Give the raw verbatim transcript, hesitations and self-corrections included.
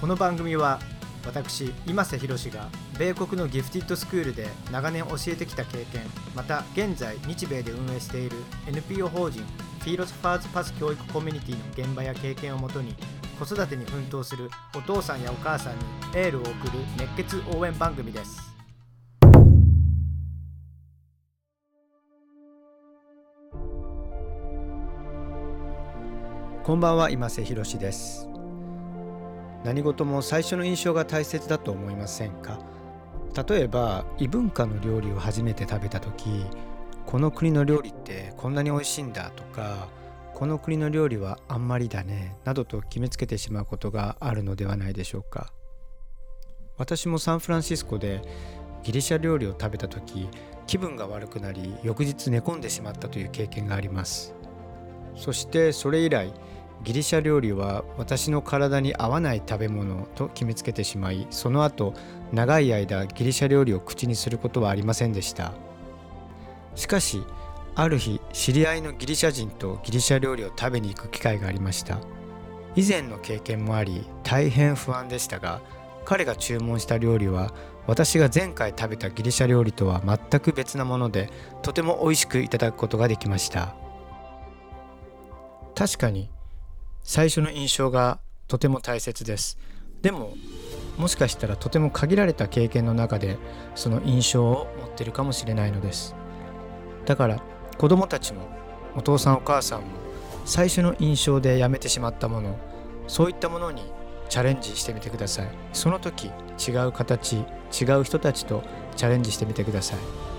この番組は私今瀬博が米国のギフティッドスクールで長年教えてきた経験、また現在日米で運営している エヌピーオー 法人フィーロスファーズパス教育コミュニティの現場や経験をもとに、子育てに奮闘するお父さんやお母さんにエールを送る熱血応援番組です。こんばんは、今瀬博です。何事も最初の印象が大切だと思いませんか？例えば異文化の料理を初めて食べた時、この国の料理ってこんなに美味しいんだとか、この国の料理はあんまりだねなどと決めつけてしまうことがあるのではないでしょうか。私もサンフランシスコでギリシャ料理を食べた時、気分が悪くなり翌日寝込んでしまったという経験があります。そしてそれ以来ギリシャ料理は私の体に合わない食べ物と決めつけてしまい、その後長い間ギリシャ料理を口にすることはありませんでした。しかしある日、知り合いのギリシャ人とギリシャ料理を食べに行く機会がありました。以前の経験もあり大変不安でしたが、彼が注文した料理は私が前回食べたギリシャ料理とは全く別なもので、とても美味しくいただくことができました。確かに最初の印象がとても大切です。でももしかしたらとても限られた経験の中でその印象を持っているかもしれないのです。だから子どもたちもお父さんお母さんも最初の印象でやめてしまったもの、そういったものにチャレンジしてみてください。その時違う形、違う人たちとチャレンジしてみてください。